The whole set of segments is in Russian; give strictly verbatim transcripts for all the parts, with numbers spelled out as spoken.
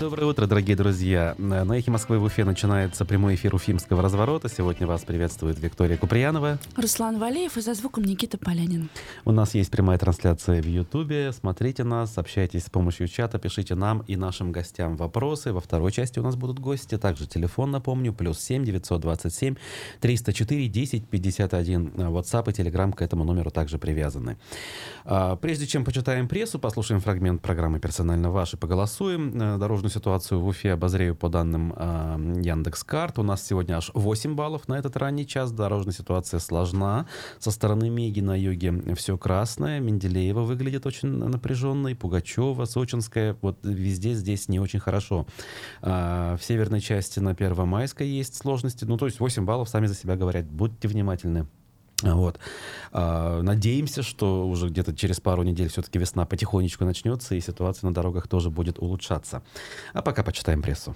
Доброе утро, дорогие друзья. На «Эхе Москвы» в Уфе начинается прямой эфир Уфимского разворота. Сегодня вас приветствует Виктория Куприянова, Руслан Валеев и за звуком Никита Полянин. У нас есть прямая трансляция в Ютубе. Смотрите нас, общайтесь с помощью чата, пишите нам и нашим гостям вопросы. Во второй части у нас будут гости. Также телефон, напомню, плюс семь девятьсот двадцать семь триста четыре десять пятьдесят один. WhatsApp и Telegram к этому номеру также привязаны. Прежде чем почитаем прессу, послушаем фрагмент программы «Персонально ваш» и поголосуем. Дорожную ситуацию в Уфе обозрею по данным э, Яндекс.Карт. У нас сегодня аж восемь баллов на этот ранний час. Дорожная ситуация сложна. Со стороны Меги на юге все красное. Менделеева выглядит очень напряженной. Пугачева, Сочинская. Вот везде здесь не очень хорошо. А, в северной части на Первомайской есть сложности. Ну, то есть восемь баллов сами за себя говорят. Будьте внимательны. Вот. Надеемся, что уже где-то через пару недель все-таки весна потихонечку начнется, и ситуация на дорогах тоже будет улучшаться. А пока почитаем прессу.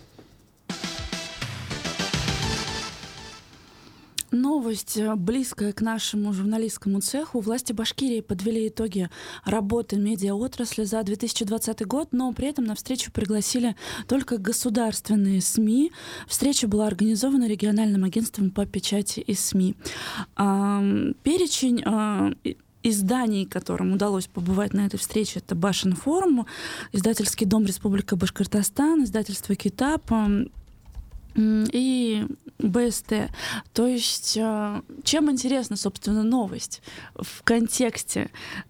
Новость, близкая к нашему журналистскому цеху. Власти Башкирии подвели итоги работы медиаотрасли за две тысячи двадцатый год, но при этом на встречу пригласили только государственные СМИ. Встреча была организована региональным агентством по печати и СМИ. Перечень изданий, которым удалось побывать на этой встрече, это Башинформ, издательский дом Республика Башкортостан, издательство Китап и БСТ. То есть, чем интересна, собственно, новость в контексте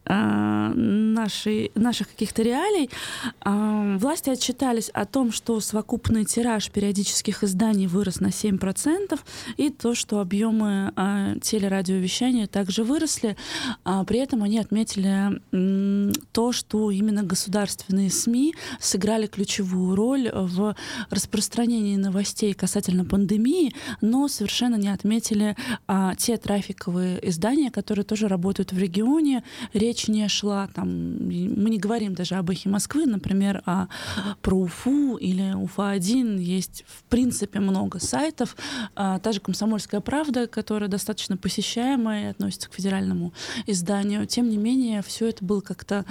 нашей, наших каких-то реалий? Власти отчитались о том, что совокупный тираж периодических изданий вырос на семь процентов, и то, что объемы телерадиовещания также выросли. При этом они отметили то, что именно государственные СМИ сыграли ключевую роль в распространении новостей касательно пандемии, но совершенно не отметили а, те трафиковые издания, которые тоже работают в регионе. Речь не шла, там, мы не говорим даже об «Эхе Москвы», например, а про Уфу или Уфа один. Есть, в принципе, много сайтов. А, та же «Комсомольская правда», которая достаточно посещаемая и относится к федеральному изданию. Тем не менее, все это было как-то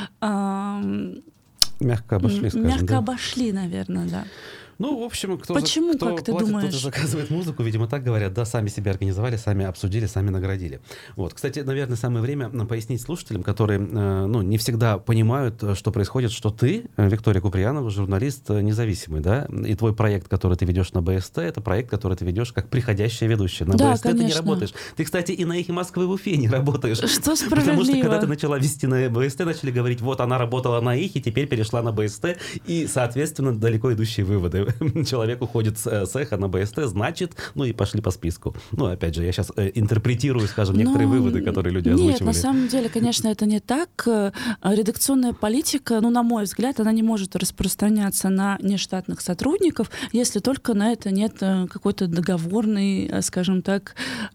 А, мягко обошли, скажем, Мягко да? обошли, наверное, да. Ну, в общем, кто, Почему, за, кто как ты платит, думаешь? тот и заказывает музыку. Видимо, так говорят. Да, сами себя организовали, сами обсудили, сами наградили. Вот. Кстати, наверное, самое время пояснить слушателям, которые э, ну, не всегда понимают, что происходит, что ты, Виктория Куприянова, журналист независимый, да, и твой проект, который ты ведешь на БСТ, это проект, который ты ведешь как приходящая ведущая. На да, БСТ конечно. ты не работаешь. Ты, кстати, и на «Эхе Москвы» в Уфе не работаешь. Что справедливо. Потому что, когда ты начала вести на БСТ, начали говорить, вот она работала на «Эхе», теперь перешла на БСТ, и, соответственно, далеко идущие выводы. Человек уходит с «Эха» на БСТ, значит, ну и пошли по списку. Ну, опять же, я сейчас э, интерпретирую, скажем, некоторые Но... выводы, которые люди озвучивали. Нет, на самом деле, конечно, это не так. Редакционная политика, ну, на мой взгляд, она не может распространяться на нештатных сотрудников, если только на это нет какой-то договорной, скажем так,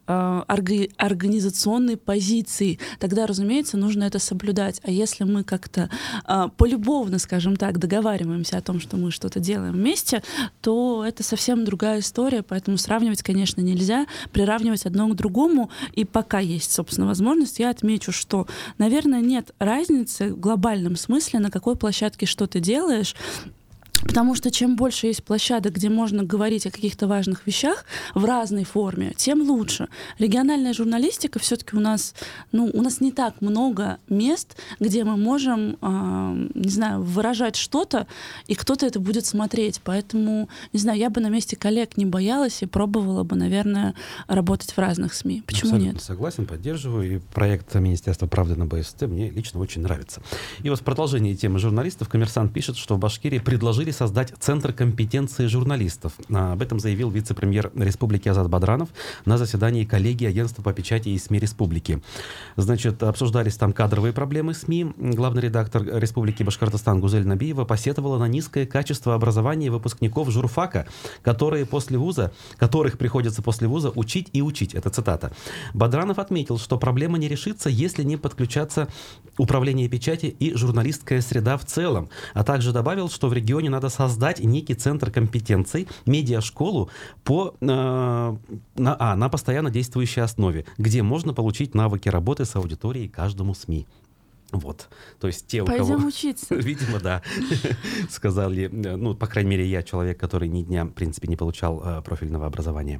орг... организационной позиции. Тогда, разумеется, нужно это соблюдать. А если мы как-то полюбовно, скажем так, договариваемся о том, что мы что-то делаем вместе, то это совсем другая история, поэтому сравнивать, конечно, нельзя, приравнивать одно к другому, и пока есть, собственно, возможность, я отмечу, что, наверное, нет разницы в глобальном смысле, на какой площадке что ты делаешь. Потому что чем больше есть площадок, где можно говорить о каких-то важных вещах в разной форме, тем лучше. Региональная журналистика все-таки у нас, ну, у нас не так много мест, где мы можем, э, не знаю, выражать что-то, и кто-то это будет смотреть. Поэтому, не знаю, я бы на месте коллег не боялась и пробовала бы, наверное, работать в разных СМИ. Почему Абсолютно нет? Согласен, поддерживаю. И проект Министерства правды на БСТ мне лично очень нравится. И вот в продолжении темы журналистов «Коммерсант» пишет, что в Башкирии предложили создать Центр компетенции журналистов. Об этом заявил вице-премьер Республики Азат Бадранов на заседании коллегии Агентства по печати и СМИ Республики. Значит, обсуждались там кадровые проблемы СМИ. Главный редактор Республики Башкортостан Гузель Набиева посетовала на низкое качество образования выпускников журфака, которые после вуза, которых приходится после вуза учить и учить. Это цитата. Бадранов отметил, что проблема не решится, если не подключаться управление печати и журналистская среда в целом, а также добавил, что в регионе надо создать некий центр компетенций, медиашколу по, э, на, а, на постоянно действующей основе, где можно получить навыки работы с аудиторией каждому СМИ. Вот, то есть те, у Пойдем кого... учиться. Видимо, да, сказали, ну, по крайней мере, я человек, который ни дня, в принципе, не получал э, профильного образования.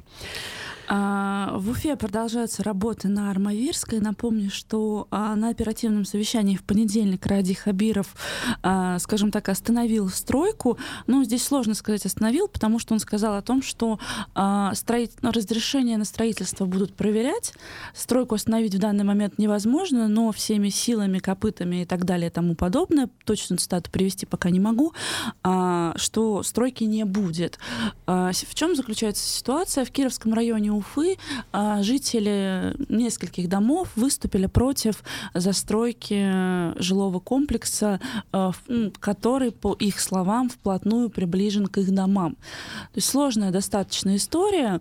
А, в Уфе продолжаются работы на Армавирской. Напомню, что а, на оперативном совещании в понедельник Ради Хабиров, а, скажем так, остановил стройку. Ну, здесь сложно сказать остановил, потому что он сказал о том, что а, строить... ну, разрешения на строительство будут проверять. Стройку остановить в данный момент невозможно, но всеми силами, копытами и так далее и тому подобное, точную цитату привести пока не могу, а, что стройки не будет. А, в чем заключается ситуация? В Кировском районе Уфы а, жители нескольких домов выступили против застройки жилого комплекса, а, в, который, по их словам, вплотную приближен к их домам. То есть сложная достаточно история.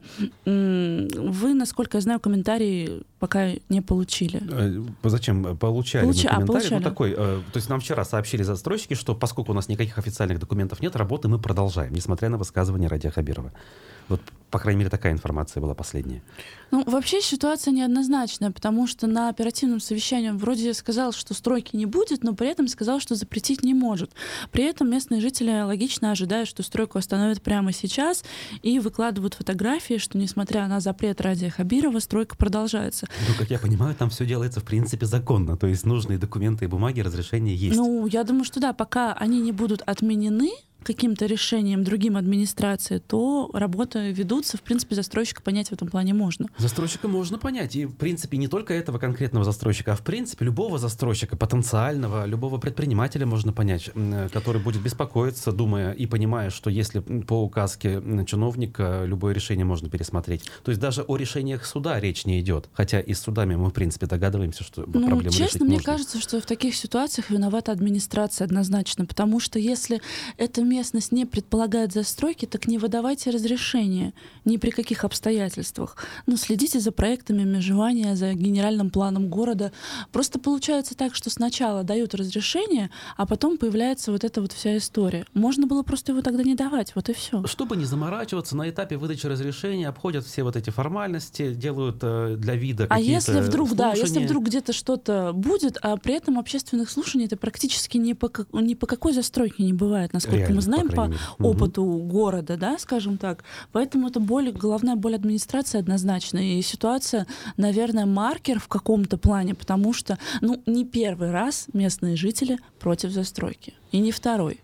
Вы, насколько я знаю, комментарии пока не получили. Зачем? Получали Получа... мы комментарий. А, получали. Ну, такой, то есть нам вчера сообщили застройщики, что поскольку у нас никаких официальных документов нет, работы мы продолжаем, несмотря на высказывание Радия Хабирова. Вот, по крайней мере, такая информация была последняя. Ну, вообще ситуация неоднозначная, потому что на оперативном совещании он вроде сказал, что стройки не будет, но при этом сказал, что запретить не может. При этом местные жители логично ожидают, что стройку остановят прямо сейчас, и выкладывают фотографии, что, несмотря на запрет Радия Хабирова, стройка продолжается. Ну, как я понимаю, там все делается, в принципе, законно, то есть нужные документы и бумаги, разрешения есть. Ну, я думаю, что да, пока они не будут отменены каким-то решением другим администрации, то работы ведутся. В принципе, застройщика понять в этом плане можно. Застройщика можно понять. И, в принципе, не только этого конкретного застройщика, а, в принципе, любого застройщика, потенциального, любого предпринимателя можно понять, который будет беспокоиться, думая и понимая, что если по указке чиновника любое решение можно пересмотреть. То есть даже о решениях суда речь не идет. Хотя и с судами мы, в принципе, догадываемся, что ну, проблему решить честно, мне можно. кажется, что в таких ситуациях виновата администрация однозначно, потому что если это местность не предполагает застройки, так не выдавайте разрешения ни при каких обстоятельствах. Ну, следите за проектами межевания, за генеральным планом города. Просто получается так, что сначала дают разрешение, а потом появляется вот эта вот вся история. Можно было просто его тогда не давать, вот и все. Чтобы не заморачиваться, на этапе выдачи разрешения обходят все вот эти формальности, делают э, для вида а какие-то если вдруг, слушания. да, если вдруг где-то что-то будет, а при этом общественных слушаний это практически ни по, как, ни по какой застройке не бывает, насколько Реально, мы знаем по, по опыту угу. города, да, скажем так. Поэтому это боль, головная боль администрации однозначно. И ситуация, наверное, маркер в каком-то плане, потому что, ну, не первый раз местные жители против застройки. И не второй.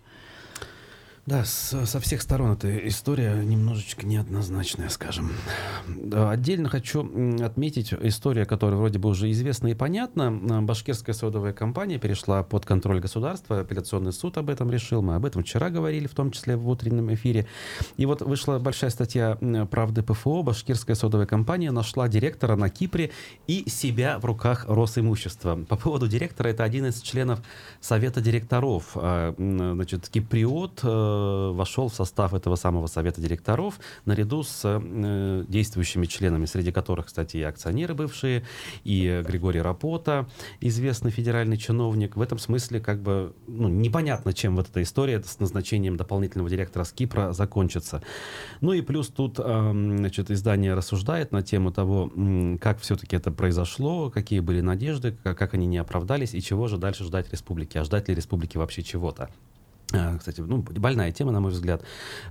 Да, с, со всех сторон эта история немножечко неоднозначная, скажем. Да, отдельно хочу отметить историю, которая вроде бы уже известна и понятна. Башкирская содовая компания перешла под контроль государства. Апелляционный суд об этом решил. Мы об этом вчера говорили, в том числе в утреннем эфире. И вот вышла большая статья «Правды ПФО». Башкирская содовая компания нашла директора на Кипре и себя в руках Росимущества. По поводу директора, это один из членов Совета директоров. Значит, киприот вошел в состав этого самого совета директоров наряду с э, действующими членами, среди которых, кстати, и акционеры бывшие, и Григорий Рапота, известный федеральный чиновник. В этом смысле как бы ну, непонятно, чем вот эта история с назначением дополнительного директора с Кипра закончится. Ну и плюс тут э, значит, издание рассуждает на тему того, как все-таки это произошло, какие были надежды, как, как они не оправдались и чего же дальше ждать республики. А ждать ли республики вообще чего-то? Кстати, ну, больная тема, на мой взгляд.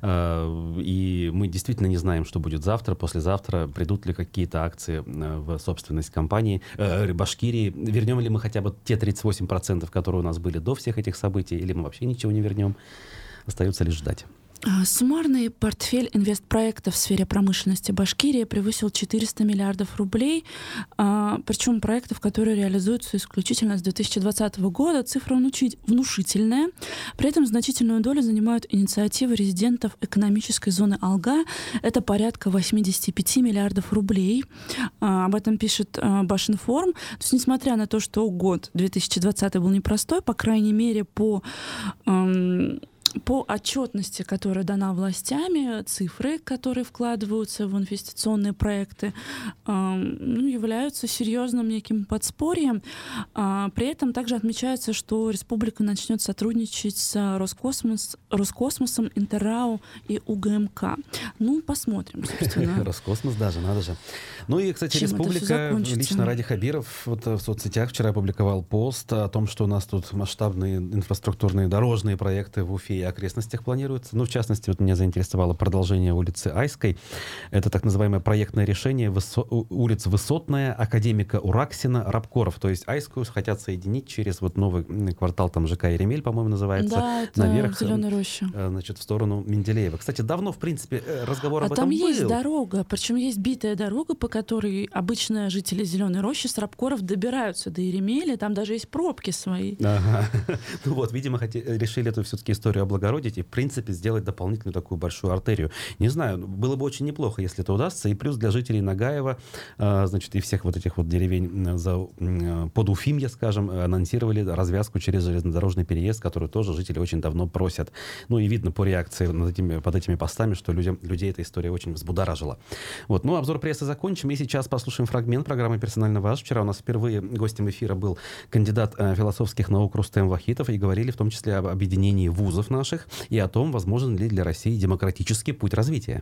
И мы действительно не знаем, что будет завтра, послезавтра. Придут ли какие-то акции в собственность компании э, Башкирии. Вернем ли мы хотя бы те тридцать восемь процентов, которые у нас были до всех этих событий, или мы вообще ничего не вернем. Остается лишь ждать. Суммарный портфель инвестпроектов в сфере промышленности Башкирии превысил четыреста миллиардов рублей, причем проектов, которые реализуются исключительно с две тысячи двадцатого года. Цифра внушительная. При этом значительную долю занимают инициативы резидентов экономической зоны Алга. Это порядка восемьдесят пять миллиардов рублей. Об этом пишет Башинформ. То есть, несмотря на то, что год две тысячи двадцатый был непростой, по крайней мере, по по отчетности, которая дана властями, цифры, которые вкладываются в инвестиционные проекты, ну, являются серьезным неким подспорьем. При этом также отмечается, что республика начнет сотрудничать с Роскосмос, Роскосмосом, Интеррау и УГМК. Ну, посмотрим, собственно. Роскосмос даже, надо же. Ну и, кстати, Чем республика, лично Ради Хабиров вот в соцсетях вчера опубликовал пост о том, что у нас тут масштабные инфраструктурные дорожные проекты в Уфе и окрестностях планируются. Ну, в частности, вот меня заинтересовало продолжение улицы Айской. Это так называемое проектное решение высо- улиц Высотная, Академика Ураксина, Рабкоров. То есть Айскую хотят соединить через вот новый квартал, там ЖК Еремель, по-моему, называется. Да, это наверх, Зеленая роща. Значит, в сторону Менделеева. Кстати, давно, в принципе, разговор а об этом там был. есть дорога, причем есть битая дорога, по которой обычно жители Зеленой рощи с Рабкоров добираются до Еремеля. Там даже есть пробки свои. Ага. Ну вот, видимо, хоти, решили эту все-таки историю облагородить и, в принципе, сделать дополнительную такую большую артерию. Не знаю, было бы очень неплохо, если это удастся. И плюс для жителей Нагаева, э, значит, и всех вот этих вот деревень за, э, под Уфимье, скажем, анонсировали развязку через железнодорожный переезд, который тоже жители очень давно просят. Ну и видно по реакции над этими, под этими постами, что людям, людей эта история очень взбудоражила. Вот, ну, обзор прессы закончим. И сейчас послушаем фрагмент программы «Персонально ваш». Вчера у нас впервые гостем эфира был кандидат э, философских наук Рустем Вахитов, и говорили в том числе об объединении вузов наших и о том, возможен ли для России демократический путь развития.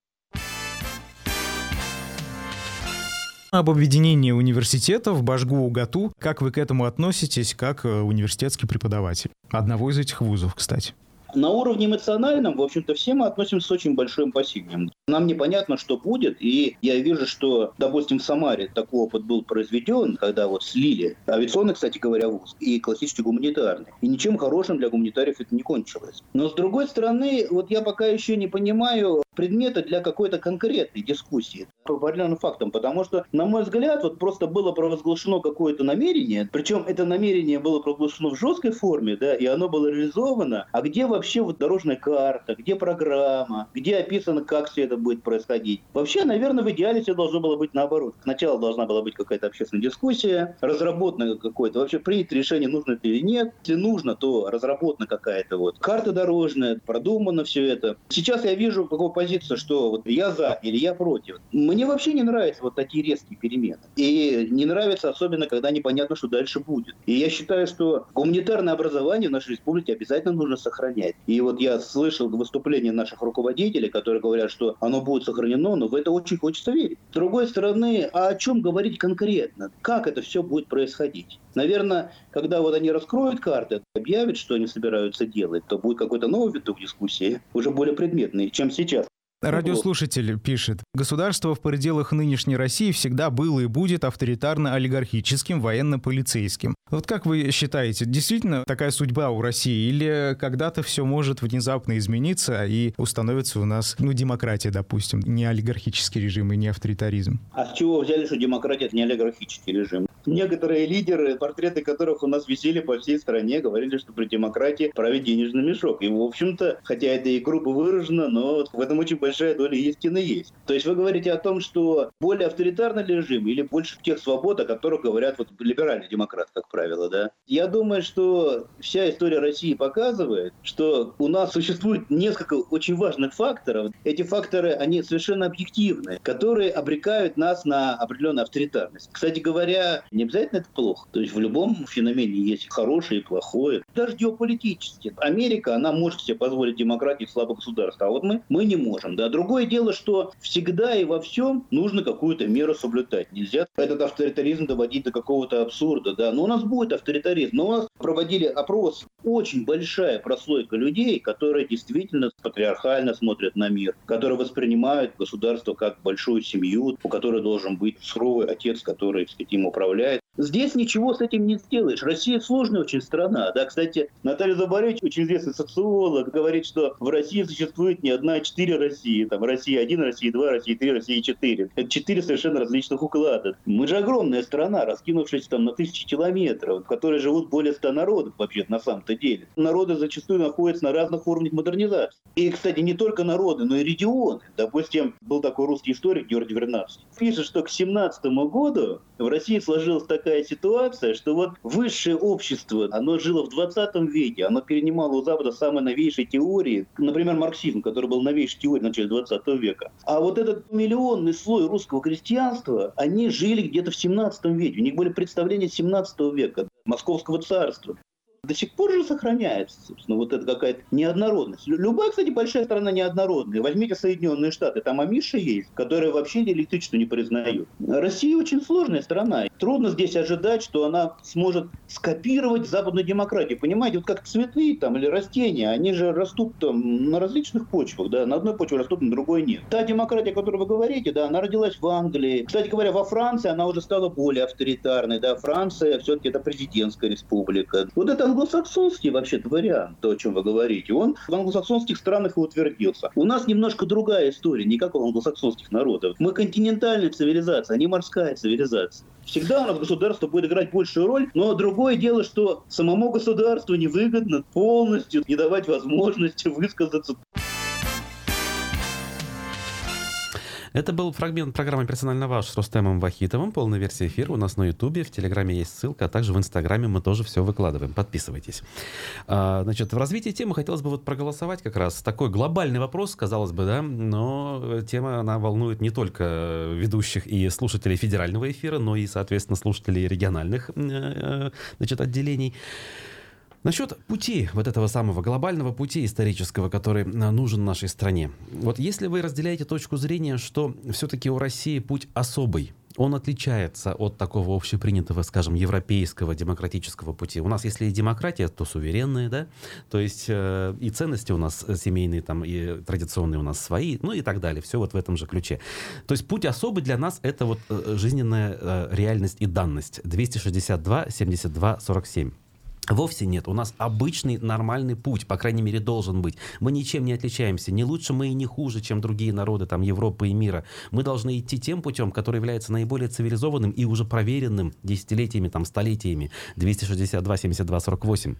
Об объединении университетов Башгу УГАТУ. Как вы к этому относитесь, как университетский преподаватель? Одного из этих вузов, кстати. На уровне эмоциональном, в общем-то, все мы относимся с очень большим опасением. Нам непонятно, что будет, и я вижу, что, допустим, в Самаре такой опыт был произведен, когда вот слили авиационный, кстати говоря, вуз, и классический гуманитарный. И ничем хорошим для гуманитариев это не кончилось. Но, с другой стороны, вот я пока еще не понимаю предмета для какой-то конкретной дискуссии по определенным фактам, потому что, на мой взгляд, вот просто было провозглашено какое-то намерение, причем это намерение было провозглашено в жесткой форме, да, и оно было реализовано, а где вообще вот дорожная карта, где программа, где описано, как все это будет происходить. Вообще, наверное, в идеале все должно было быть наоборот. Сначала должна была быть какая-то общественная дискуссия, разработано какое-то, вообще принято решение, нужно это или нет. Если нужно, то разработана какая-то вот карта дорожная, продумано все это. Сейчас я вижу какую позицию, что вот я за или я против. Мне вообще не нравятся вот такие резкие перемены. И не нравится особенно, когда непонятно, что дальше будет. И я считаю, что гуманитарное образование в нашей республике обязательно нужно сохранять. И вот я слышал выступления наших руководителей, которые говорят, что оно будет сохранено, но в это очень хочется верить. С другой стороны, а о чем говорить конкретно? Как это все будет происходить? Наверное, когда вот они раскроют карты, объявят, что они собираются делать, то будет какой-то новый виток дискуссии, уже более предметный, чем сейчас. Радиослушатель пишет: государство в пределах нынешней России всегда было и будет авторитарно-олигархическим, военно-полицейским. Вот как вы считаете, действительно такая судьба у России, или когда-то все может внезапно измениться и установится у нас, ну, демократия, допустим, не олигархический режим и не авторитаризм? А с чего взяли, что демократия — это не олигархический режим? Некоторые лидеры, портреты которых у нас висели по всей стране, говорили, что при демократии правит денежный мешок. И, в общем-то, хотя это и грубо выражено, но в этом очень большая доля истины есть. То есть вы говорите о том, что более авторитарный режим или больше тех свобод, о которых говорят вот либеральный демократ, как правило, да? Я думаю, что вся история России показывает, что у нас существует несколько очень важных факторов. Эти факторы, они совершенно объективны, которые обрекают нас на определенную авторитарность. Кстати говоря, не обязательно это плохо. То есть в любом феномене есть хорошее и плохое. Даже геополитически. Америка, она может себе позволить демократию слабых государств, а вот мы, мы не можем. Да? Другое дело, что всегда и во всем нужно какую-то меру соблюдать. Нельзя этот авторитаризм доводить до какого-то абсурда. Да? Но у нас будет авторитаризм. Но у нас проводили опрос. Очень большая прослойка людей, которые действительно патриархально смотрят на мир, которые воспринимают государство как большую семью, у которой должен быть суровый отец, который, так сказать, им управляет. Здесь ничего с этим не сделаешь. Россия сложная очень страна. Да, кстати, Наталья Забарович, очень известный социолог, говорит, что в России существует не одна, а четыре России. России, там Россия один, Россия два, Россия три, Россия четыре. Это четыре совершенно различных уклада. Мы же огромная страна, раскинувшись там на тысячи километров, в которой живут более ста народов вообще на самом-то деле. Народы зачастую находятся на разных уровнях модернизации. И, кстати, не только народы, но и регионы. Допустим, был такой русский историк Георгий Вернадский. Пишет, что к семнадцатому году в России сложилась такая ситуация, что вот высшее общество, оно жило в двадцатом веке, оно перенимало у Запада самые новейшие теории, например, марксизм, который был новейшей теорией в начале двадцатого века. А вот этот миллионный слой русского крестьянства, они жили где-то в семнадцатом веке. У них были представления семнадцатого века, Московского царства. До сих пор же сохраняется, собственно, вот эта какая-то неоднородность. Любая, кстати, большая страна неоднородная. Возьмите Соединенные Штаты, там Амиши есть, которые вообще диалектично не признают. Россия очень сложная страна. Трудно здесь ожидать, что она сможет скопировать западную демократию. Понимаете, вот как цветы там или растения, они же растут там на различных почвах, да, на одной почве растут, на другой нет. Та демократия, о которой вы говорите, да, она родилась в Англии. Кстати говоря, во Франции она уже стала более авторитарной, да, Франция все-таки это президентская республика. Вот это англосаксонский вообще-то вариант, то, о чем вы говорите, он в англосаксонских странах и утвердился. У нас немножко другая история, не как у англосаксонских народов. Мы континентальная цивилизация, а не морская цивилизация. Всегда у нас государство будет играть большую роль, но другое дело, что самому государству невыгодно полностью не давать возможности высказаться. Это был фрагмент программы «Персонально ваш» с Рустемом Вахитовым. Полная версия эфира у нас на Ютубе, в Телеграме есть ссылка, а также в Инстаграме мы тоже все выкладываем. Подписывайтесь. А, значит, в развитии темы хотелось бы вот проголосовать как раз. Такой глобальный вопрос, казалось бы, да, но тема, она волнует не только ведущих и слушателей федерального эфира, но и, соответственно, слушателей региональных, значит, отделений. Насчет пути, вот этого самого глобального пути исторического, который нужен нашей стране. Вот если вы разделяете точку зрения, что все-таки у России путь особый, он отличается от такого общепринятого, скажем, европейского демократического пути. У нас, если и демократия, то суверенная, да, то есть э, и ценности у нас семейные, там, и традиционные у нас свои, ну и так далее, все вот в этом же ключе. То есть путь особый для нас — это вот э, жизненная э, реальность и данность. двести шестьдесят два семьдесят два сорок семь. Вовсе нет. У нас обычный нормальный путь, по крайней мере, должен быть. Мы ничем не отличаемся. Не лучше мы и не хуже, чем другие народы там, Европы и мира. Мы должны идти тем путем, который является наиболее цивилизованным и уже проверенным десятилетиями, там, столетиями. двести шестьдесят два семьдесят два сорок восемь.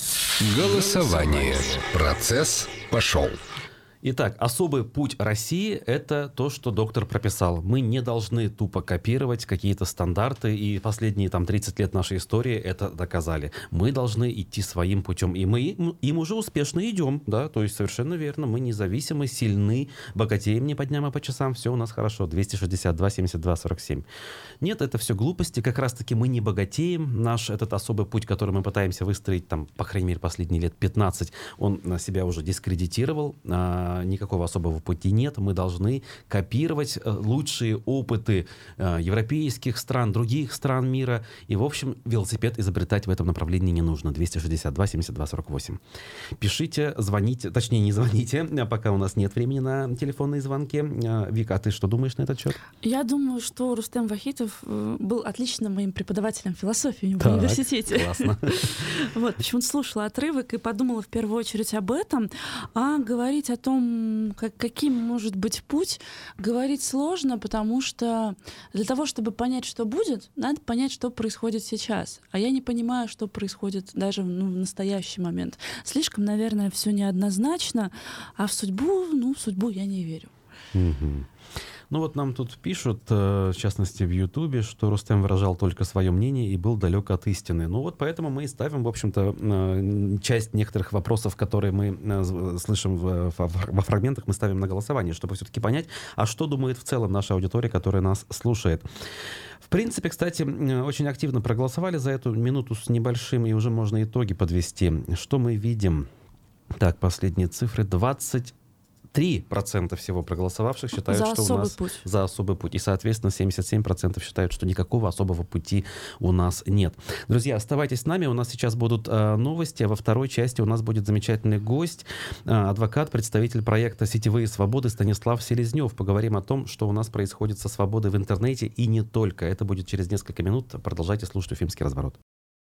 Голосование. Процесс пошел. Итак, особый путь России — это то, что доктор прописал. Мы не должны тупо копировать какие-то стандарты, и последние там тридцать лет нашей истории это доказали. Мы должны идти своим путем, и мы им уже успешно идем, да, то есть совершенно верно, мы независимы, сильны, богатеем не по дням, а по часам, все у нас хорошо. двести шестьдесят два семьдесят два сорок семь. Нет, это все глупости, как раз-таки мы не богатеем. Наш этот особый путь, который мы пытаемся выстроить, там, по крайней мере, последние лет пятнадцать, он себя уже дискредитировал. Никакого особого пути нет. Мы должны копировать лучшие опыты европейских стран, других стран мира. И, в общем, велосипед изобретать в этом направлении не нужно. двести шестьдесят два семьдесят два сорок восемь. Пишите, звоните, точнее, не звоните, пока у нас нет времени на телефонные звонки. Вика, а ты что думаешь на этот счет? Я думаю, что Рустем Вахитов был отличным моим преподавателем философии в так, университете. Классно. Вот, почему-то слушала отрывок и подумала в первую очередь об этом, а говорить о том, как, каким может быть путь, говорить сложно, потому что для того, чтобы понять, что будет, надо понять, что происходит сейчас. А я не понимаю, что происходит даже ну, в настоящий момент. Слишком, наверное, все неоднозначно, а в судьбу, ну, в судьбу я не верю. Угу. Ну вот нам тут пишут, в частности в Ютубе, что Рустем выражал только свое мнение и был далек от истины. Ну вот поэтому мы и ставим, в общем-то, часть некоторых вопросов, которые мы слышим во фрагментах, мы ставим на голосование, чтобы все-таки понять, а что думает в целом наша аудитория, которая нас слушает. В принципе, кстати, очень активно проголосовали за эту минуту с небольшим, и уже можно итоги подвести. Что мы видим? Так, последние цифры. двадцать три процента всего проголосовавших считают, за что у нас путь. за особый путь. И, соответственно, семьдесят семь процентов считают, что никакого особого пути у нас нет. Друзья, оставайтесь с нами. У нас сейчас будут э, новости, а во второй части у нас будет замечательный гость, э, адвокат, представитель проекта «Сетевые свободы» Станислав Селезнев. Поговорим о том, что у нас происходит со свободой в интернете и не только. Это будет через несколько минут. Продолжайте слушать «Уфимский разворот».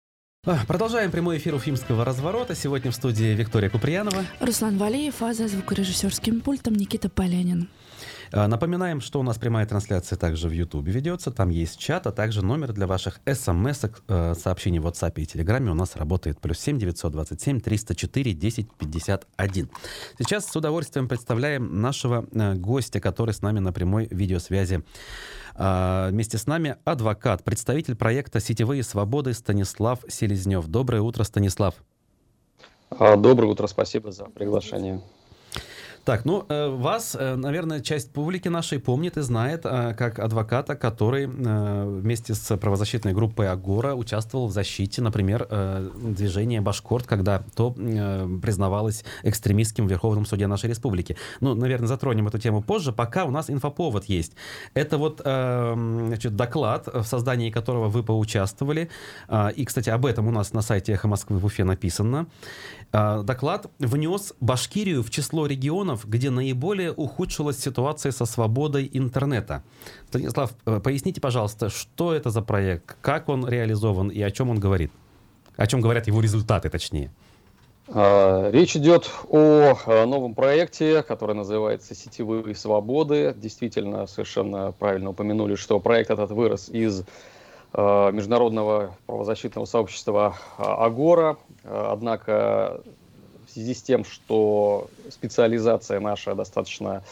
Продолжаем прямой эфир Уфимского разворота. Сегодня в студии Виктория Куприянова, Руслан Валиев, а за звукорежиссерским пультом Никита Полянин. Напоминаем, что у нас прямая трансляция также в Ютубе ведется. Там есть чат, а также номер для ваших смс, сообщений в WhatsApp и Телеграме у нас работает. Плюс семь девятьсот двадцать семь триста четыре десять пятьдесят один. Сейчас с удовольствием представляем нашего гостя, который с нами на прямой видеосвязи. Вместе с нами адвокат, представитель проекта «Сетевые свободы» Станислав Селезнев. Доброе утро, Станислав. Доброе утро, спасибо за приглашение. Так, ну, вас, наверное, часть публики нашей помнит и знает как адвоката, который вместе с правозащитной группой «Агора» участвовал в защите, например, движения «Башкорт», когда то признавалось экстремистским в Верховном суде нашей республики. Ну, наверное, затронем эту тему позже, пока у нас инфоповод есть. Это вот, значит, доклад, в создании которого вы поучаствовали. И, кстати, об этом у нас на сайте «Эхо Москвы» в Уфе написано. Доклад внес Башкирию в число регионов, где наиболее ухудшилась ситуация со свободой интернета. Станислав, поясните, пожалуйста, что это за проект, как он реализован и о чем он говорит? О чем говорят его результаты, точнее? Речь идет о новом проекте, который называется «Сетевые свободы». Действительно, совершенно правильно упомянули, что проект этот вырос из международного правозащитного сообщества «Агора». Однако в связи с тем, что специализация наша достаточно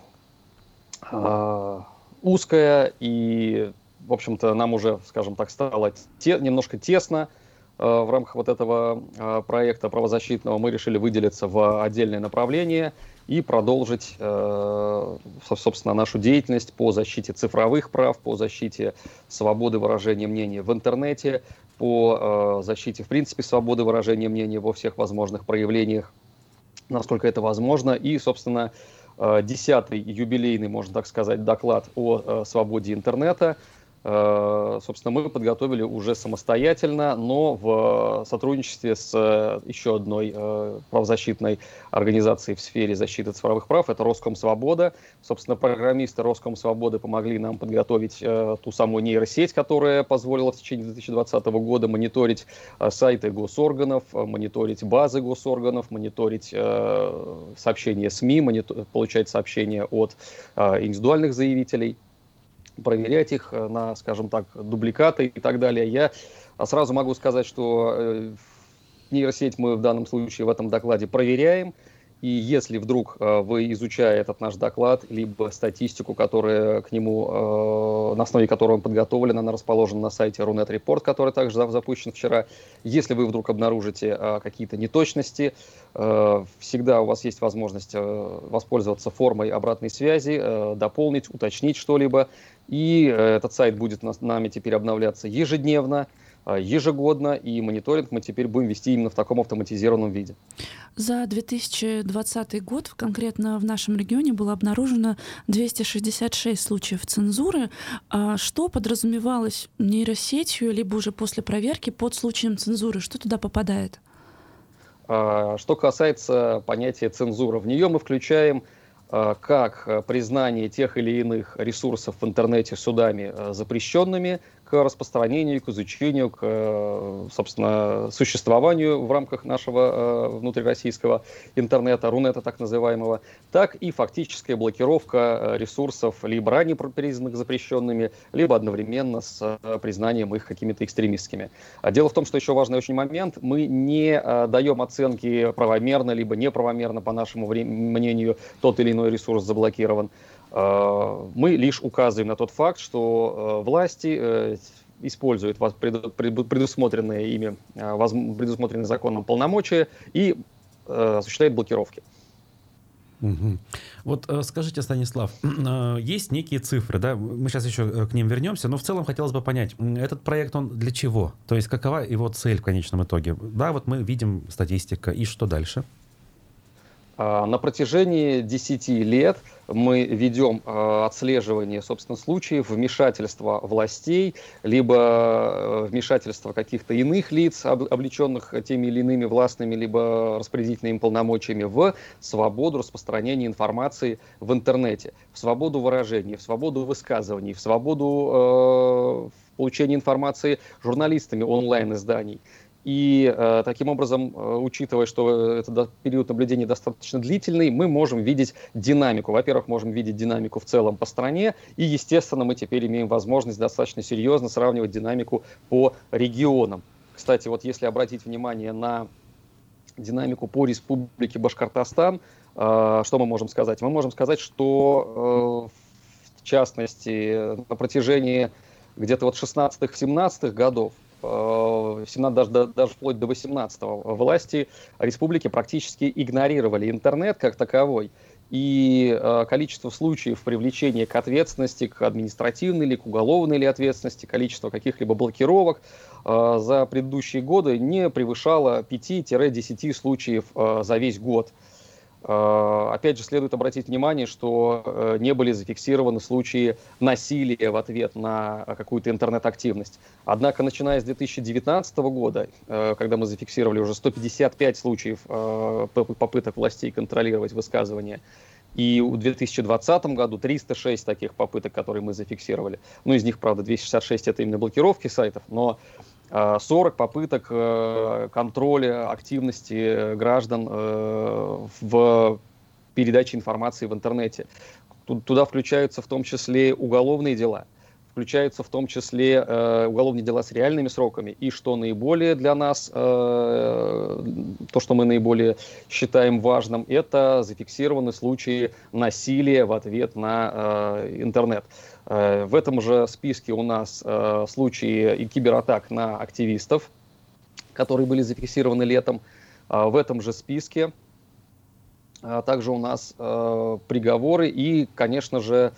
э, узкая и, в общем-то, нам уже, скажем так, стало те, немножко тесно э, в рамках вот этого э, проекта правозащитного, мы решили выделиться в отдельное направление и продолжить, э, собственно, нашу деятельность по защите цифровых прав, по защите свободы выражения мнения в интернете, по э, защите, в принципе, свободы выражения мнения во всех возможных проявлениях, насколько это возможно. И, собственно, э, десятый юбилейный, можно так сказать, доклад о э, свободе интернета, э, собственно, мы подготовили уже самостоятельно, но в сотрудничестве с э, еще одной э, правозащитной организацией в сфере защиты цифровых прав, это Роскомсвобода. Собственно, программисты Роскомсвободы помогли нам подготовить э, ту самую нейросеть, которая позволила в течение две тысячи двадцатого года мониторить э, сайты госорганов, э, мониторить базы госорганов, мониторить э, сообщения СМИ, монитор, получать сообщения от э, индивидуальных заявителей, проверять их на, скажем так, дубликаты и так далее. Я сразу могу сказать, что э, нейросеть мы в данном случае в этом докладе проверяем. И если вдруг э, вы, изучая этот наш доклад, либо статистику, которая к нему, э, на основе которой он подготовлен, она расположена на сайте Рунет Report, который также запущен вчера, если вы вдруг обнаружите э, какие-то неточности, э, всегда у вас есть возможность э, воспользоваться формой обратной связи, э, дополнить, уточнить что-либо. И э, этот сайт будет на, нами теперь обновляться ежедневно, ежегодно, и мониторинг мы теперь будем вести именно в таком автоматизированном виде. За две тысячи двадцатый год конкретно в нашем регионе было обнаружено двести шестьдесят шесть случаев цензуры. Что подразумевалось нейросетью, либо уже после проверки под случаем цензуры? Что туда попадает? Что касается понятия цензура, в нее мы включаем как признание тех или иных ресурсов в интернете судами запрещенными к распространению, к изучению, к, собственно, существованию в рамках нашего внутрироссийского интернета, Рунета так называемого, так и фактическая блокировка ресурсов, либо ранее признанных запрещенными, либо одновременно с признанием их какими-то экстремистскими. Дело в том, что еще важный очень момент, мы не даем оценки правомерно, либо неправомерно, по нашему мнению, тот или иной ресурс заблокирован. Мы лишь указываем на тот факт, что власти используют предусмотренные ими, предусмотренные законом полномочия и осуществляют блокировки. Угу. Вот скажите, Станислав, есть некие цифры, да? Мы сейчас еще к ним вернемся, но в целом хотелось бы понять, этот проект, он для чего? То есть какова его цель в конечном итоге? Да, вот мы видим статистика, и что дальше? На протяжении десяти лет мы ведем отслеживание, собственно, случаев вмешательства властей, либо вмешательства каких-то иных лиц, облеченных теми или иными властными, либо распорядительными полномочиями, в свободу распространения информации в интернете, в свободу выражения, в свободу высказываний, в свободу э, получения информации журналистами онлайн-изданий. И э, таким образом, э, учитывая, что этот период наблюдения достаточно длительный, мы можем видеть динамику. Во-первых, можем видеть динамику в целом по стране, и, естественно, мы теперь имеем возможность достаточно серьезно сравнивать динамику по регионам. Кстати, вот если обратить внимание на динамику по республике Башкортостан, э, что мы можем сказать? Мы можем сказать, что, э, в частности, на протяжении где-то вот шестнадцатых-семнадцатых годов, семнадцатых, даже, даже вплоть до восемнадцатого, власти республики практически игнорировали интернет как таковой. И э, количество случаев привлечения к ответственности, к административной или к уголовной или ответственности, количество каких-либо блокировок э, за предыдущие годы не превышало пяти-десяти случаев э, за весь год. Э, опять же, следует обратить внимание, что э, не были зафиксированы случаи насилия в ответ на какую-то интернет-активность. Однако, начиная с две тысячи девятнадцатого года, э, когда мы зафиксировали уже сто пятьдесят пять случаев э, попыток властей контролировать высказывания, и в две тысячи двадцатом году триста шесть таких попыток, которые мы зафиксировали. Ну, из них, правда, двести шестьдесят шесть это именно блокировки сайтов, но сорок попыток контроля активности граждан в передаче информации в интернете. Туда включаются в том числе уголовные дела, включаются в том числе уголовные дела с реальными сроками. И что наиболее для нас, то, что мы наиболее считаем важным, это зафиксированы случаи насилия в ответ на интернет. В этом же списке у нас э, случаи кибератак на активистов, которые были зафиксированы летом. А в этом же списке а также у нас э, приговоры и, конечно же,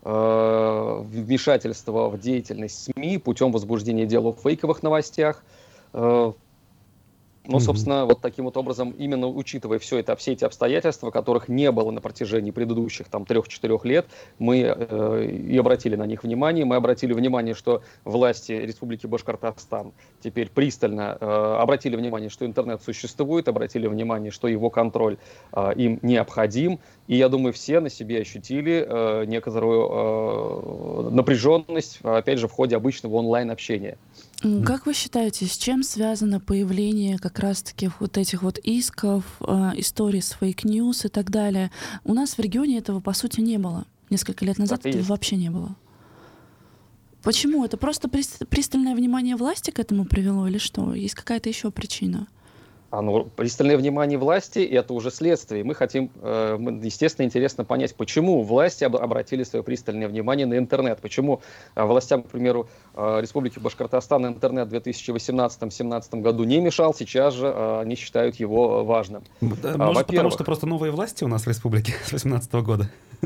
э, вмешательство в деятельность СМИ путем возбуждения дел о фейковых новостях. Э, Ну, собственно, вот таким вот образом, именно учитывая все это, все эти обстоятельства, которых не было на протяжении предыдущих там трех-четырех лет, мы э, и обратили на них внимание. Мы обратили внимание, что власти Республики Башкортостан теперь пристально э, обратили внимание, что интернет существует, обратили внимание, что его контроль э, им необходим. И я думаю, все на себе ощутили э, некоторую э, напряженность, опять же, в ходе обычного онлайн-общения. Как вы считаете, с чем связано появление как раз-таки вот этих вот исков, э, историй с фейк-ньюс и так далее? У нас в регионе этого, по сути, не было. Несколько лет назад этого вообще не было. Почему? Это просто пристальное внимание власти к этому привело или что? Есть какая-то еще причина? А, ну, пристальное внимание власти – это уже следствие. Мы хотим, э, естественно, интересно понять, почему власти об, обратили свое пристальное внимание на интернет. Почему э, властям, к примеру, э, Республики Башкортостан интернет в две тысячи восемнадцатом-семнадцатом году не мешал, сейчас же э, они считают его важным. Да, может, а, потому что просто новые власти у нас в республике с две тысячи восемнадцатого года.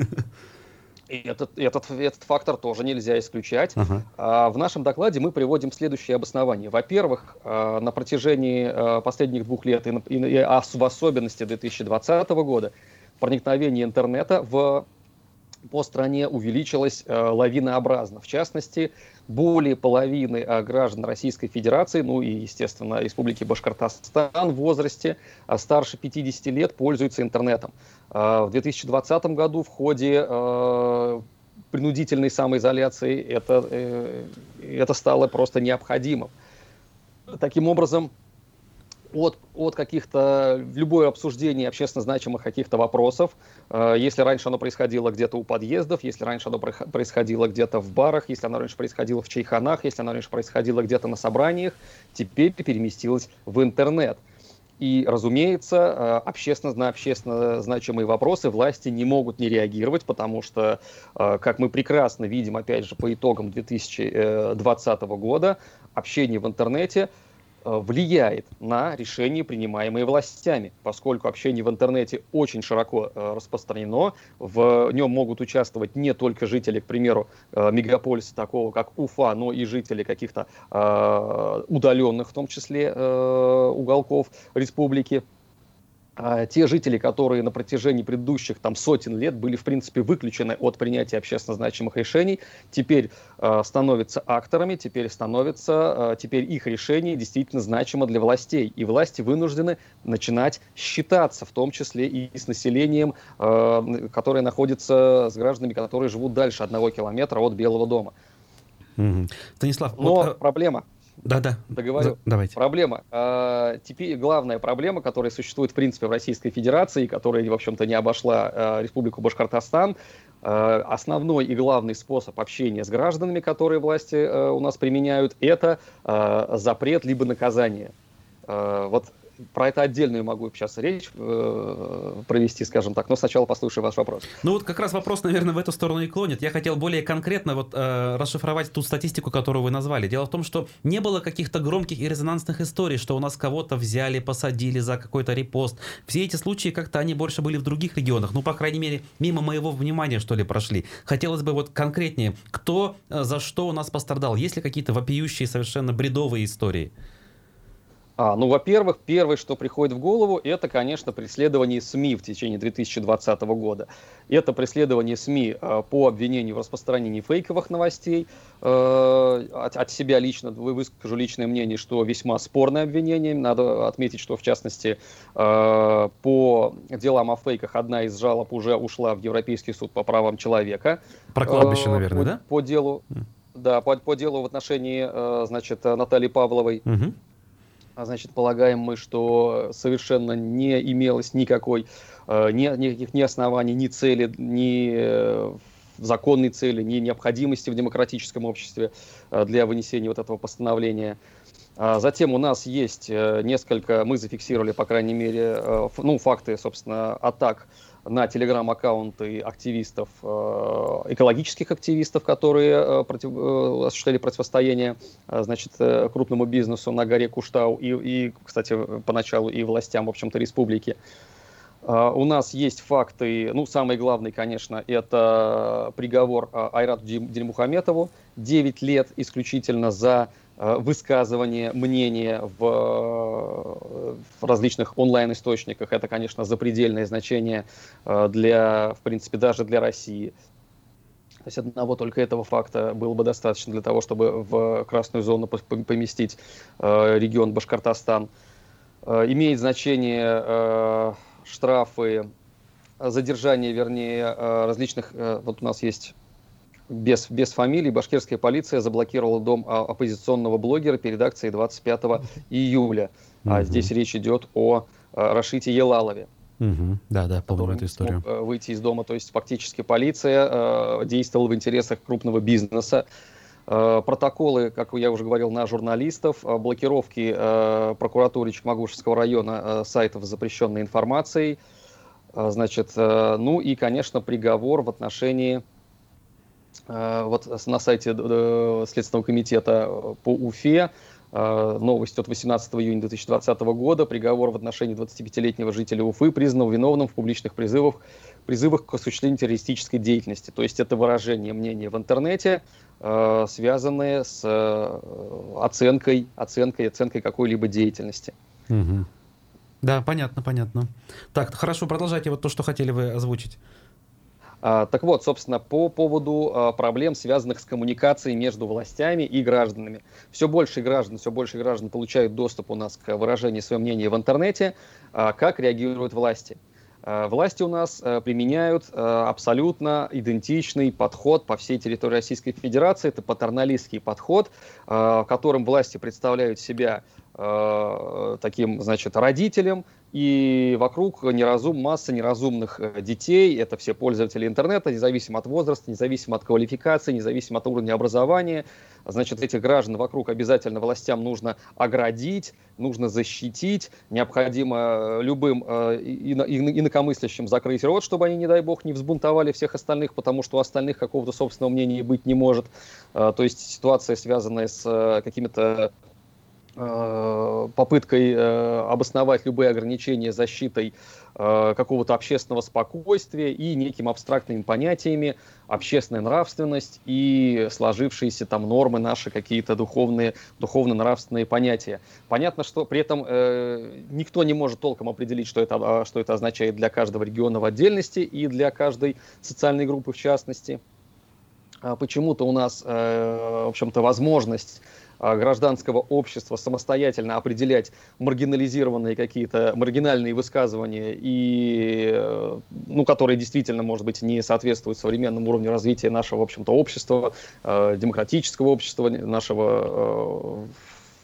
И этот, этот, этот фактор тоже нельзя исключать. Uh-huh. А, в нашем докладе мы приводим следующие обоснования. Во-первых, а, на протяжении а, последних двух лет, и, и, и а в особенности две тысячи двадцатого года, проникновение интернета в, по стране увеличилось а, лавинообразно. В частности, более половины а, граждан Российской Федерации, ну и, естественно, Республики Башкортостан в возрасте а, старше пятидесяти лет пользуются интернетом. В две тысячи двадцатом году в ходе э, принудительной самоизоляции это, э, это стало просто необходимым. Таким образом, от, от каких-то, любое обсуждение общественно значимых каких-то вопросов, э, если раньше оно происходило где-то у подъездов, если раньше оно происходило где-то в барах, если оно раньше происходило в чайханах, если оно раньше происходило где-то на собраниях, теперь переместилось в интернет. И, разумеется, общественно, общественно значимые вопросы власти не могут не реагировать, потому что, как мы прекрасно видим, опять же, по итогам две тысячи двадцатого года, общение в интернете влияет на решения, принимаемые властями, поскольку общение в интернете очень широко распространено, в нем могут участвовать не только жители, к примеру, мегаполиса такого, как Уфа, но и жители каких-то удаленных, в том числе, уголков республики. А те жители, которые на протяжении предыдущих там, сотен лет были, в принципе, выключены от принятия общественно значимых решений, теперь э, становятся акторами, теперь становятся, э, теперь их решение действительно значимо для властей. И власти вынуждены начинать считаться, в том числе и с населением, э, которое находится, с гражданами, которые живут дальше одного километра от Белого дома. Угу. Станислав, Но вот... проблема... Да-да. Договорю. Давайте. Проблема. А, теперь главная проблема, которая существует, в принципе, в Российской Федерации, которая, в общем-то, не обошла а, Республику Башкортостан, а, основной и главный способ общения с гражданами, которые власти а, у нас применяют, это а, запрет либо наказание. А, вот про это отдельную могу сейчас речь э, провести, скажем так, но сначала послушаю ваш вопрос. Ну вот как раз вопрос, наверное, в эту сторону и клонит. Я хотел более конкретно вот э, расшифровать ту статистику, которую вы назвали. Дело в том, что не было каких-то громких и резонансных историй, что у нас кого-то взяли, посадили за какой-то репост. Все эти случаи как-то они больше были в других регионах, ну, по крайней мере, мимо моего внимания, что ли, прошли. Хотелось бы вот конкретнее, кто за что у нас пострадал? Есть ли какие-то вопиющие, совершенно бредовые истории? А, ну, во-первых, первое, что приходит в голову, это, конечно, преследование СМИ в течение две тысячи двадцатого года. Это преследование СМИ э, по обвинению в распространении фейковых новостей. Э, от, от себя лично выскажу личное мнение, что весьма спорное обвинение. Надо отметить, что, в частности, э, по делам о фейках одна из жалоб уже ушла в Европейский суд по правам человека. Про кладбище, э, наверное, по, да? По делу, mm. да, по, по делу в отношении, э, значит, Натальи Павловой. Mm-hmm. Значит, полагаем мы, что совершенно не имелось никакой, э, ни, никаких ни оснований, ни цели, ни э, законной цели, ни необходимости в демократическом обществе э, для вынесения вот этого постановления. А затем у нас есть э, несколько, мы зафиксировали, по крайней мере, э, ф, ну, факты, собственно, атак на телеграм-аккаунты активистов, э, экологических активистов, которые э, против, э, осуществляли противостояние э, значит, э, крупному бизнесу на горе Куштау и, и, кстати, поначалу и властям, в общем-то, республики. Э, у нас есть факты, ну, самый главный, конечно, это приговор э, Айрату Дильмухаметову, девять лет исключительно за высказывание мнения в, в различных онлайн-источниках. Это, конечно, запредельное значение для, в принципе, даже для России. То есть одного только этого факта было бы достаточно для того, чтобы в красную зону поместить регион Башкортостан. Имеет значение штрафы, задержание, вернее, различных... Вот у нас есть... Без, без фамилий башкирская полиция заблокировала дом оппозиционного блогера перед акцией двадцать пятого июля. Mm-hmm. А здесь речь идет о Рашите Елалове. Mm-hmm. Да, да, помню эту историю. Смог выйти из дома. То есть фактически полиция э, действовала в интересах крупного бизнеса. Э, протоколы, как я уже говорил, на журналистов, э, блокировки э, прокуратуры Чекмагушевского района э, сайтов с запрещенной информацией. Э, значит, э, ну и, конечно, приговор в отношении... Вот на сайте Следственного комитета по Уфе новость от восемнадцатого июня две тысячи двадцатого года. Приговор в отношении двадцатипятилетнего жителя Уфы, признанного виновным в публичных призывах, призывах к осуществлению террористической деятельности. То есть это выражение мнения в интернете, связанное с оценкой, оценкой, оценкой какой-либо деятельности. Угу. Да, понятно, понятно. Так, хорошо, продолжайте вот то, что хотели вы озвучить. Так вот, собственно, по поводу проблем, связанных с коммуникацией между властями и гражданами. Все больше граждан, все больше граждан получают доступ у нас к выражению своего мнения в интернете. Как реагируют власти? Власти у нас применяют абсолютно идентичный подход по всей территории Российской Федерации. Это патерналистский подход, в котором власти представляют себя таким, значит, родителем, и вокруг неразум, масса неразумных детей. Это все пользователи интернета, независимо от возраста, независимо от квалификации, независимо от уровня образования. Значит, этих граждан вокруг обязательно властям нужно оградить, нужно защитить. Необходимо любым э, инакомыслящим закрыть рот, чтобы они, не дай бог, не взбунтовали всех остальных, потому что у остальных какого-то собственного мнения быть не может. Э, то есть ситуация, связанная с э, какими-то попыткой э, обосновать любые ограничения защитой э, какого-то общественного спокойствия и неким абстрактными понятиями общественная нравственность и сложившиеся там нормы наши, какие-то духовные, духовно-нравственные понятия. Понятно, что при этом э, никто не может толком определить, что это, что это означает для каждого региона в отдельности и для каждой социальной группы в частности. Почему-то у нас, э, в общем-то, возможность гражданского общества самостоятельно определять маргинализированные какие-то маргинальные высказывания, и, ну, которые действительно, может быть, не соответствуют современному уровню развития нашего, в общем-то, общества, э, демократического общества, нашего, э,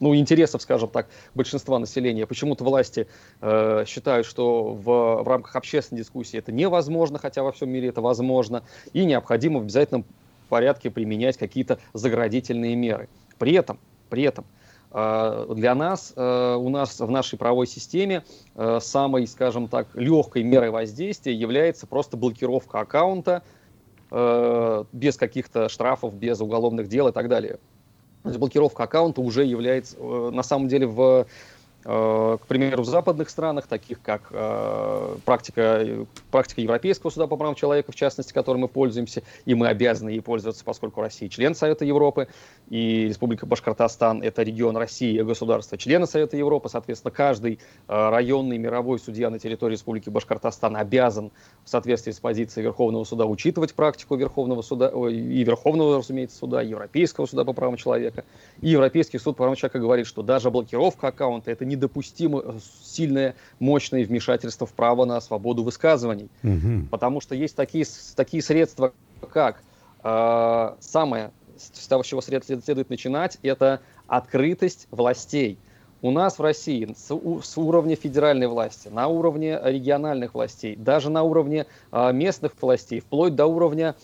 ну, интересов, скажем так, большинства населения. Почему-то власти э, считают, что в, в рамках общественной дискуссии это невозможно, хотя во всем мире это возможно, и необходимо в обязательном порядке применять какие-то заградительные меры. При этом, при этом э, для нас, э, у нас в нашей правовой системе э, самой, скажем так, легкой мерой воздействия является просто блокировка аккаунта э, без каких-то штрафов, без уголовных дел и так далее. Блокировка аккаунта уже является, на самом деле, в, к примеру, в западных странах, таких как практика, практика Европейского суда по правам человека, в частности, которой мы пользуемся, и мы обязаны ей пользоваться, поскольку Россия член Совета Европы, и Республика Башкортостан — это регион России, государство члена Совета Европы, соответственно, каждый районный мировой судья на территории Республики Башкортостан обязан в соответствии с позицией Верховного суда учитывать практику Верховного суда, и Верховного, разумеется, суда, Европейского суда по правам человека. И Европейский суд по правам человека говорит, что даже блокировка аккаунта — это недопустимо сильное, мощное вмешательство в право на свободу высказываний. Угу. Потому что есть такие, такие средства, как э, самое, с того, с чего следует начинать, это открытость властей. У нас в России с, с уровня федеральной власти, на уровне региональных властей, даже на уровне э, местных властей, вплоть до уровня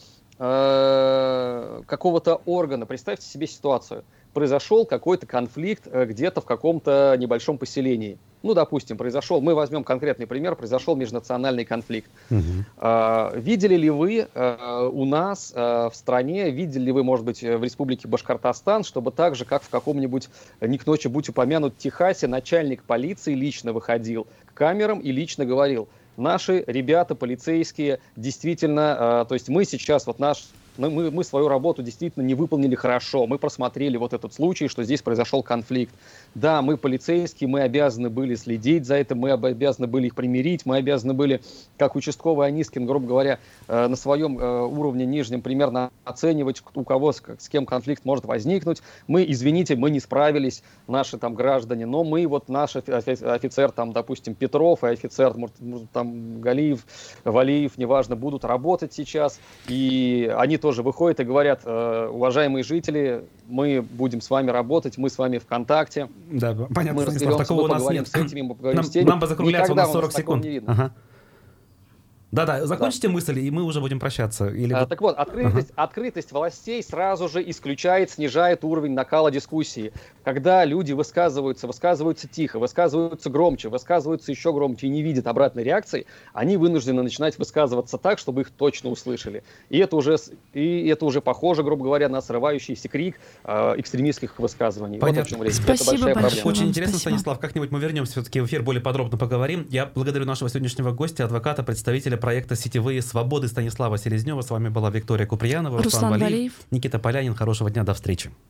э, какого-то органа. Представьте себе ситуацию. Произошел какой-то конфликт где-то в каком-то небольшом поселении. Ну, допустим, произошел, мы возьмем конкретный пример, произошел межнациональный конфликт. Угу. А, видели ли вы а, у нас а, в стране, видели ли вы, может быть, в Республике Башкортостан, чтобы так же, как в каком-нибудь, не к ночи будь упомянут, Техасе, начальник полиции лично выходил к камерам и лично говорил: наши ребята, полицейские, действительно, а, то есть мы сейчас, вот наш... Мы, мы свою работу действительно не выполнили хорошо. Мы просмотрели вот этот случай, что здесь произошел конфликт. Да, мы полицейские, мы обязаны были следить за этим, мы обязаны были их примирить, мы обязаны были, как участковый Анискин, грубо говоря, на своем уровне нижнем примерно оценивать, у кого с, с кем конфликт может возникнуть. Мы, извините, мы не справились, наши там граждане, но мы, вот наш офицер, там, допустим, Петров и офицер может, там, Галиев, Валиев, неважно, будут работать сейчас, и они тоже тоже выходят и говорят: уважаемые жители, мы будем с вами работать, мы с вами в контакте. Да, понятно, мы разберемся, такого мы у нас поговорим нет. с этими, мы поговорим нам, с теми. Нам бы закругляться, Никогда у нас сорок секунд. Ага. Да-да, закончите да. мысль, и мы уже будем прощаться. Или... А, так вот, открытость, ага. открытость властей сразу же исключает, снижает уровень накала дискуссии. Когда люди высказываются, высказываются тихо, высказываются громче, высказываются еще громче и не видят обратной реакции, они вынуждены начинать высказываться так, чтобы их точно услышали. И это уже, и это уже похоже, грубо говоря, на срывающийся крик э, экстремистских высказываний. Понятно. Вот о чем речь. Спасибо это большая большое. проблема. Очень интересно, Спасибо. Станислав. Как-нибудь мы вернемся все-таки в эфир, более подробно поговорим. Я благодарю нашего сегодняшнего гостя, адвоката, представителя проекта «Сетевые свободы» Станислава Селезнева. С вами была Виктория Куприянова, Руслан Руслан Валиев, Валиев, Никита Полянин. Хорошего дня, до встречи.